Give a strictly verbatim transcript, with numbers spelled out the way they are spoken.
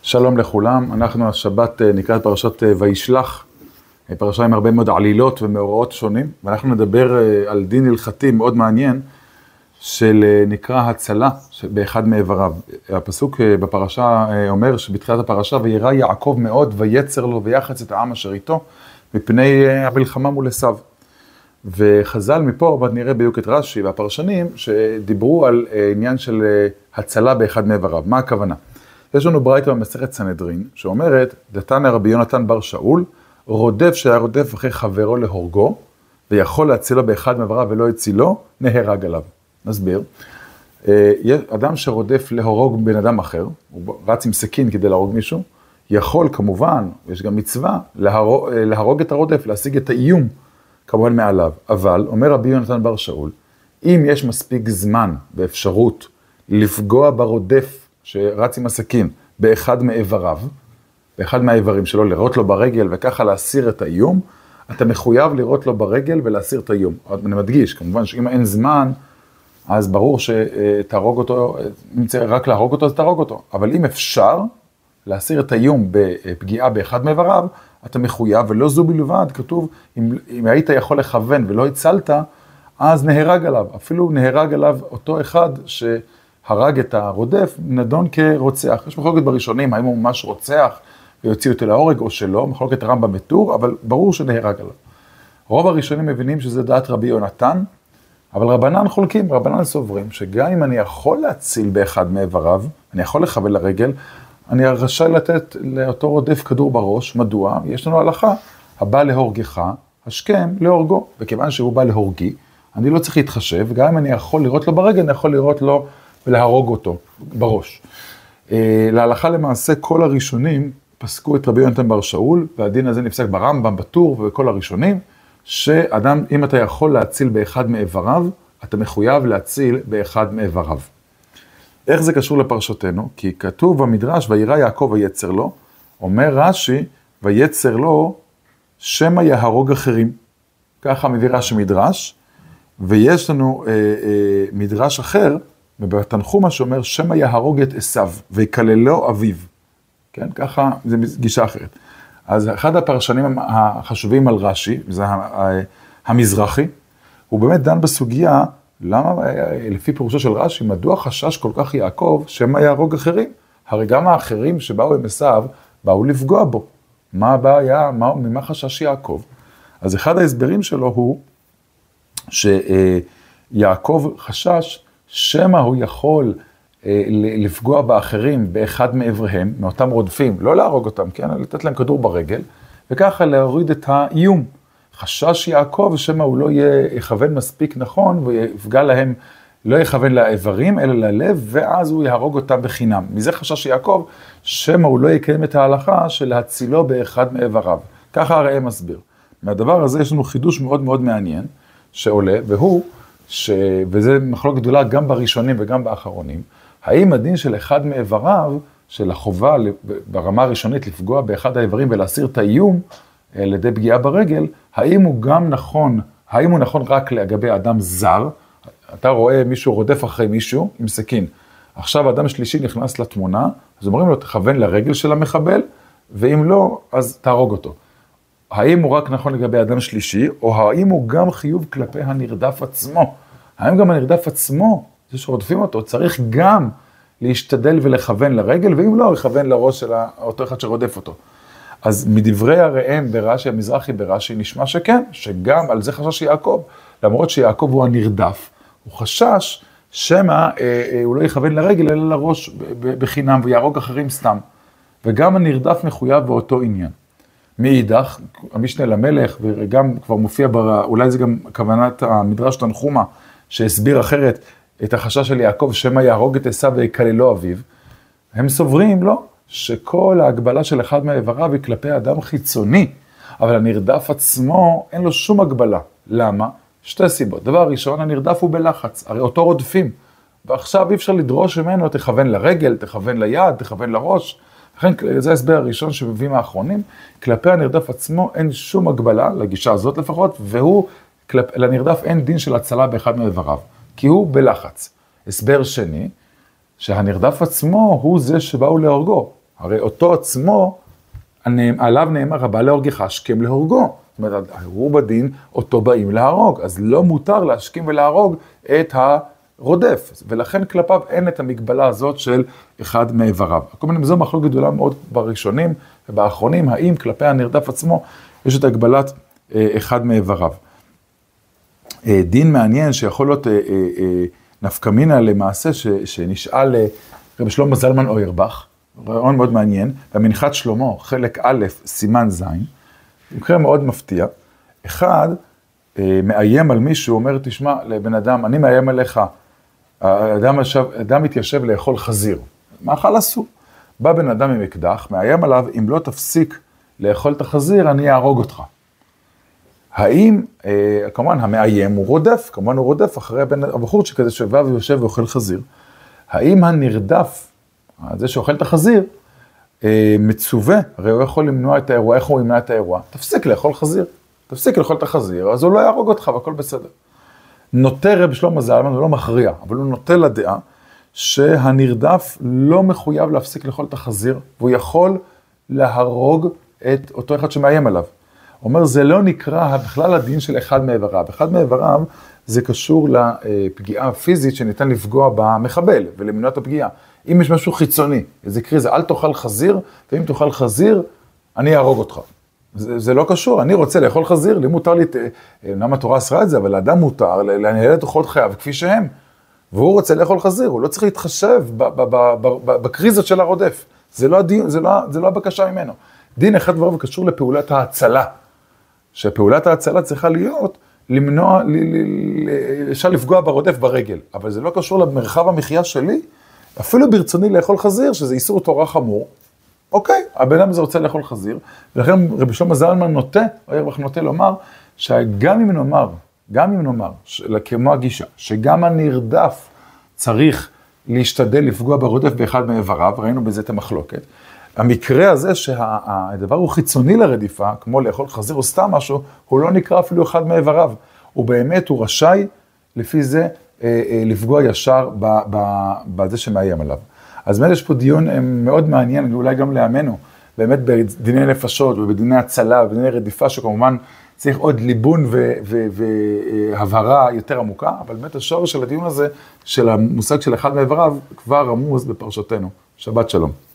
שלום לכולם, אנחנו השבת נקראת פרשת וישלח, פרשה עם הרבה מאוד עלילות ומאורעות שונים, ואנחנו נדבר על דין הלכתי מאוד מעניין, של נקרא הצלה באחד מאיבריו. הפסוק בפרשה אומר שבתחילת הפרשה, וירא יעקב מאוד ויצר לו ויחץ את העם אשר איתו, מפני המלחמה מול עשיו. וחז"ל מפה, עוד נראה בדיוק את רש"י והפרשנים, שדיברו על עניין של הצלה באחד מאיבריו. מה הכוונה? יש לנו ברייתא במסכת סנהדרין, שאומרת, דתנא רבי יונתן בר שאול, רודף שהיה רודף אחרי חברו להורגו, ויכול להצילו באחד מאיבריו ולא הצילו, נהרג עליו. נסביר. אדם שרודף להרוג בן אדם אחר, הוא רץ עם סכין כדי להרוג מישהו, יכול כמובן, יש גם מצווה, להרוג, להרוג את הרודף, להשיג את האיום, כמובן מעליו. אבל, אומר רבי יונתן בר שאול, אם יש מספיק זמן ואפשרות לפגוע ברודף שרץ עם הסכין באחד מאיבריו, באחד מהאיברים שלו, לראות לו ברגל וככה להסיר את האיום, אתה מחויב לראות לו ברגל ולהסיר את האיום. אני מדגיש, כמובן שאם אין זמן, אז ברור שתהרוג אותו, אם צריך רק להרוג אותו, אז תהרוג אותו. אבל אם אפשר להסיר את האיום בפגיעה באחד מאיבריו, אתה מחויב, ולא זו בלבד, כתוב, אם, אם היית יכול לכוון ולא הצלת, אז נהרג עליו. אפילו נהרג עליו אותו אחד שהרג את הרודף, נדון כרוצח. יש מחלוקת בראשונים, האם הוא ממש רוצח ויוציא אותו להורג או שלא, מחלוקת רמב"ם בטור, אבל ברור שנהרג עליו. רוב הראשונים מבינים שזה דעת רבי יונתן, אבל רבנן חולקים, רבנן סוברים, שגם אם אני יכול להציל באחד מאיבריו, אני יכול לכוון לרגל, אני רשאי לתת לאותו רודף כדור בראש. מדוע? יש לנו הלכה, הבא להורגך, השכם להורגו. וכיוון שהוא בא להורגי, אני לא צריך להתחשב, גם אם אני יכול לראות לו ברגל, אני יכול לראות לו ולהרוג אותו בראש. להלכה למעשה כל הראשונים פסקו את רבי יונתן בר שאול, והדין הזה נפסק ברמב"ם, בטור ובכל הראשונים, שאדם, אם אתה יכול להציל באחד מאיבריו, אתה מחויב להציל באחד מאיבריו. איך זה קשור לפרשתנו? כי כתוב במדרש, וירא יעקב ויצר לו, אומר רש"י, ויצר לו, שמא יהרוג אחרים. ככה מביא רש"י מדרש, ויש לנו אה, אה, מדרש אחר, ובתנחומא שאומר, שמא יהרוג את עשיו, ויקללו אביו. כן, ככה זה גישה אחרת. אז אחד הפרשנים החשובים על רש"י, זה המזרחי, הוא באמת דן בסוגיה, למה, לפי פירושו של רש"י, מדוע חשש כל כך יעקב שמא יהרוג אחרים? הרי גם האחרים שבאו עם עשיו, באו לפגוע בו. מה הבעיה? מה, ממה חשש יעקב? אז אחד ההסברים שלו הוא, שיעקב חשש שמא הוא יכול לפגוע באחרים באחד מעבריהם, מאותם רודפים, לא להרוג אותם, כן? לתת להם כדור ברגל, וככה להוריד את האיום. חשש יעקב שמא הוא לא יכוון מספיק נכון, ויפגע להם, לא יכוון לאיברים, אלא ללב, ואז הוא יהרוג אותם בחינם. מזה חשש יעקב, שמא הוא לא יקיים את ההלכה של להצילו באחד מאיבריו. ככה הראם מסביר. מהדבר הזה יש לנו חידוש מאוד מאוד מעניין, שעולה, והוא, ש... וזה מחלוקת גדולה גם בראשונים וגם באחרונים, האם הדין של אחד מאיבריו, של החובה ברמה הראשונית לפגוע באחד האיברים ולהסיר את האיום, על ידי פגיעה ברגל, האם הוא גם נכון, האם הוא נכון רק לגבי אדם זר, אתה רואה מישהו רודף אחרי מישהו עם סכין, עכשיו אדם שלישי נכנס לתמונה, אז אומרים לו תכוון לרגל של המחבל, ואם לא, אז תהרוג אותו. האם הוא רק נכון לגבי אדם שלישי, או האם הוא גם חיוב כלפי הנרדף עצמו? האם גם הנרדף עצמו, זה שרודפים אותו, צריך גם להשתדל ולכוון לרגל, ואם לא, יכוון לראש של אותו אחד שרודף אותו. אז מדברי הראם ברש"י, המזרחי ברש"י, נשמע שכן, שגם על זה חשש יעקב, למרות שיעקב הוא הנרדף, הוא חשש שמא אה, אה, הוא לא יכוון לרגל, אלא לראש בחינם, ויהרוג אחרים סתם. וגם הנרדף מחויב באותו עניין. מאידך, המשנה למלך, וגם כבר מופיע, בר... אולי זה גם כוונת המדרש תנחומא, שהסביר אחרת את החשש של יעקב, שמא יהרוג את עשיו ויקללו אביו, הם סוברים, לא, שכל ההגבלה של אחד מאיבריו היא כלפי אדם חיצוני, אבל הנרדף עצמו אין לו שום הגבלה. למה? שתי סיבות. דבר ראשון, הנרדף הוא בלחץ, הרי אותו רודפים, ועכשיו אי אפשר לדרוש ממנו, תכוון לרגל, תכוון ליד, תכוון לראש, לכן זה ההסבר הראשון שמביאים האחרונים, כלפי הנרדף עצמו אין שום הגבלה, לגישה הזאת לפחות, והוא, כלפ... לנרדף אין דין של הצלה באחד מאיבריו, כי הוא בלחץ. הסבר שני, שהנרדף עצמו הוא זה שבאו להורגו. הרי אותו עצמו, עליו נאמר, הבא להורגך, השכם להורגו. זאת אומרת, ההרהור בדין, אותו באים להרוג, אז לא מותר להשכים ולהרוג את הרודף, ולכן כלפיו אין את המגבלה הזאת של אחד מאיבריו. כל מיני, זו מחלוקת גדולה מאוד בראשונים ובאחרונים, האם כלפי הנרדף עצמו יש את הגבלת אחד מאיבריו. דין מעניין שיכול להיות נפקא מינה למעשה שנשאל רבי שלמה זלמן אוירבך, רעיון מאוד מעניין, במנחת שלמה, חלק א', סימן ז', מקרה מאוד מפתיע. אחד מאיים על מישהו, אומר, תשמע, לבן אדם, אני מאיים עליך, האדם, האדם מתיישב לאכול חזיר. מאכל אסור. בא בן אדם עם אקדח, מאיים עליו, אם לא תפסיק לאכול את החזיר, אני אהרוג אותך. האם, כמובן, המאיים הוא רודף, כמובן הוא רודף אחרי הבחור שכזה שבא ויושב ואוכל חזיר. האם הנרדף, זה שאוכל את החזיר, מצווה, הרי הוא יכול למנוע את האירוע, איך הוא ימנע את האירוע? תפסיק לאכול חזיר, תפסיק לאכול את החזיר, אז הוא לא יהרוג אותך והכל בסדר. נוטה רב שלמה זלמן, הוא לא מכריע, אבל הוא נוטה לדעה שהנרדף לא מחויב להפסיק לאכול את החזיר, והוא יכול להרוג את אותו אחד שמאיים עליו. הוא אומר, זה לא נקרא בכלל הדין של אחד מאיבריו. אחד מאיבריו זה קשור לפגיעה הפיזית שניתן לפגוע במחבל ולמנוע את הפגיעה. אם יש משהו חיצוני, זה קרי, זה אל תאכל חזיר, ואם תאכל חזיר, אני אהרוג אותך. זה, זה לא קשור, אני רוצה לאכול חזיר, לי מותר לי, למה התורה אסרה את זה, אבל לאדם מותר לנהל את אורחות חייו כפי שהם, והוא רוצה לאכול חזיר, הוא לא צריך להתחשב בקריזות של הרודף. זה לא, הדין, זה לא, זה לא הבקשה ממנו. דין אחד דבר וקשור לפעולת ההצלה, שפעולת ההצלה צריכה להיות למנוע, אפשר לפגוע ברודף ברגל, אבל זה לא קשור למרחב המחיה שלי, אפילו ברצוני לאכול חזיר, שזה איסור תורה חמור, אוקיי, הבן אדם הזה רוצה לאכול חזיר, ולכן רבי שלמה זלמן נוטה, או ירבך נוטה לומר, שגם אם נאמר, גם אם נאמר, כמו הגישה, שגם הנרדף צריך להשתדל לפגוע ברודף באחד מאיבריו, ראינו בזה את המחלוקת, המקרה הזה שהדבר הוא חיצוני לרדיפה, כמו לאכול חזיר או סתם משהו, הוא לא נקרא אפילו אחד מאיבריו, הוא באמת, הוא רשאי לפי זה לפגוע ישר בזה שמאיים עליו. אז באמת יש פה דיון מאוד מעניין, ואולי גם לאמנו, באמת בדיני נפשות ובדיני הצלה ובדיני רדיפה, שכמובן צריך עוד ליבון והבהרה יותר עמוקה, אבל באמת השורש של הדיון הזה, של המושג של אחד מאיבריו, כבר רמוז בפרשתנו. שבת שלום.